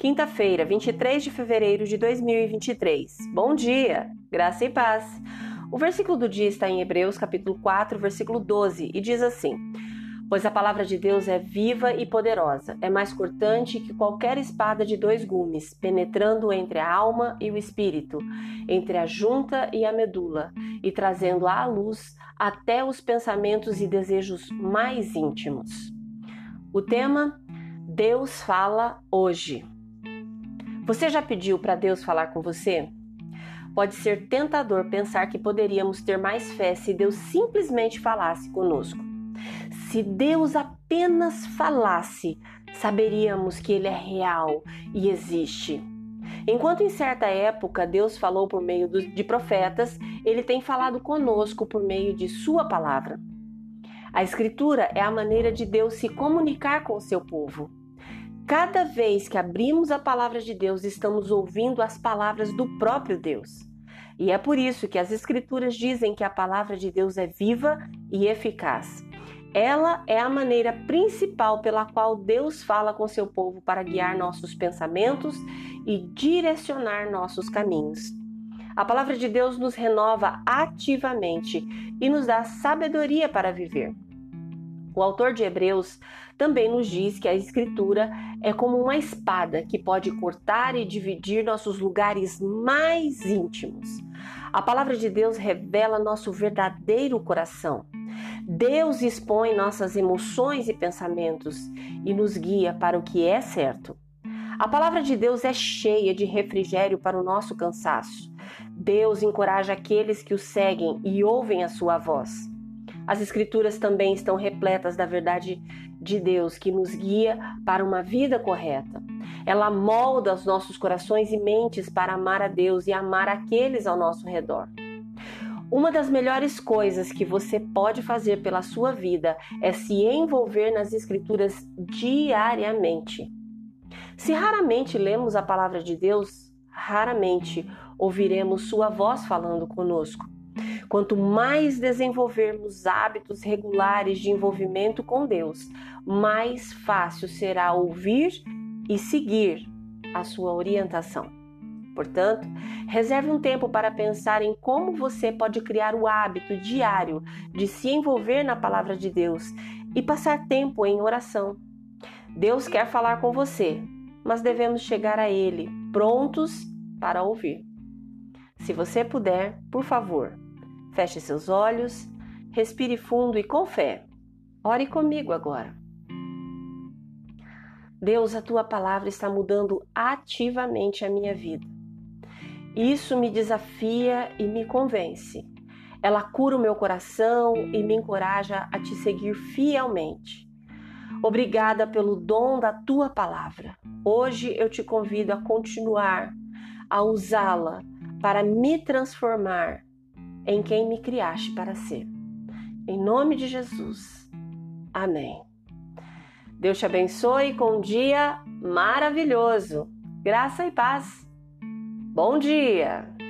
Quinta-feira, 23 de fevereiro de 2023. Bom dia, graça e paz. O versículo do dia está em Hebreus, capítulo 4, versículo 12, e diz assim: Pois a palavra de Deus é viva e poderosa, é mais cortante que qualquer espada de dois gumes, penetrando entre a alma e o espírito, entre a junta e a medula, e trazendo à luz até os pensamentos e desejos mais íntimos. O tema: Deus fala hoje. Você já pediu para Deus falar com você? Pode ser tentador pensar que poderíamos ter mais fé se Deus simplesmente falasse conosco. Se Deus apenas falasse, saberíamos que Ele é real e existe. Enquanto em certa época Deus falou por meio de profetas, Ele tem falado conosco por meio de Sua palavra. A Escritura é a maneira de Deus se comunicar com o seu povo. Cada vez que abrimos a palavra de Deus, estamos ouvindo as palavras do próprio Deus. E é por isso que as Escrituras dizem que a palavra de Deus é viva e eficaz. Ela é a maneira principal pela qual Deus fala com seu povo para guiar nossos pensamentos e direcionar nossos caminhos. A palavra de Deus nos renova ativamente e nos dá sabedoria para viver. O autor de Hebreus também nos diz que a Escritura é como uma espada que pode cortar e dividir nossos lugares mais íntimos. A palavra de Deus revela nosso verdadeiro coração. Deus expõe nossas emoções e pensamentos e nos guia para o que é certo. A palavra de Deus é cheia de refrigério para o nosso cansaço. Deus encoraja aqueles que o seguem e ouvem a sua voz. As Escrituras também estão repletas da verdade de Deus que nos guia para uma vida correta. Ela molda os nossos corações e mentes para amar a Deus e amar aqueles ao nosso redor. Uma das melhores coisas que você pode fazer pela sua vida é se envolver nas Escrituras diariamente. Se raramente lemos a palavra de Deus, raramente ouviremos sua voz falando conosco. Quanto mais desenvolvermos hábitos regulares de envolvimento com Deus, mais fácil será ouvir e seguir a sua orientação. Portanto, reserve um tempo para pensar em como você pode criar o hábito diário de se envolver na palavra de Deus e passar tempo em oração. Deus quer falar com você, mas devemos chegar a Ele prontos para ouvir. Se você puder, por favor, feche seus olhos, respire fundo e com fé. Ore comigo agora. Deus, a Tua palavra está mudando ativamente a minha vida. Isso me desafia e me convence. Ela cura o meu coração e me encoraja a Te seguir fielmente. Obrigada pelo dom da Tua palavra. Hoje eu te convido a continuar a usá-la para me transformar em quem me criaste para ser. Em nome de Jesus. Amém. Deus te abençoe com um dia maravilhoso. Graça e paz. Bom dia!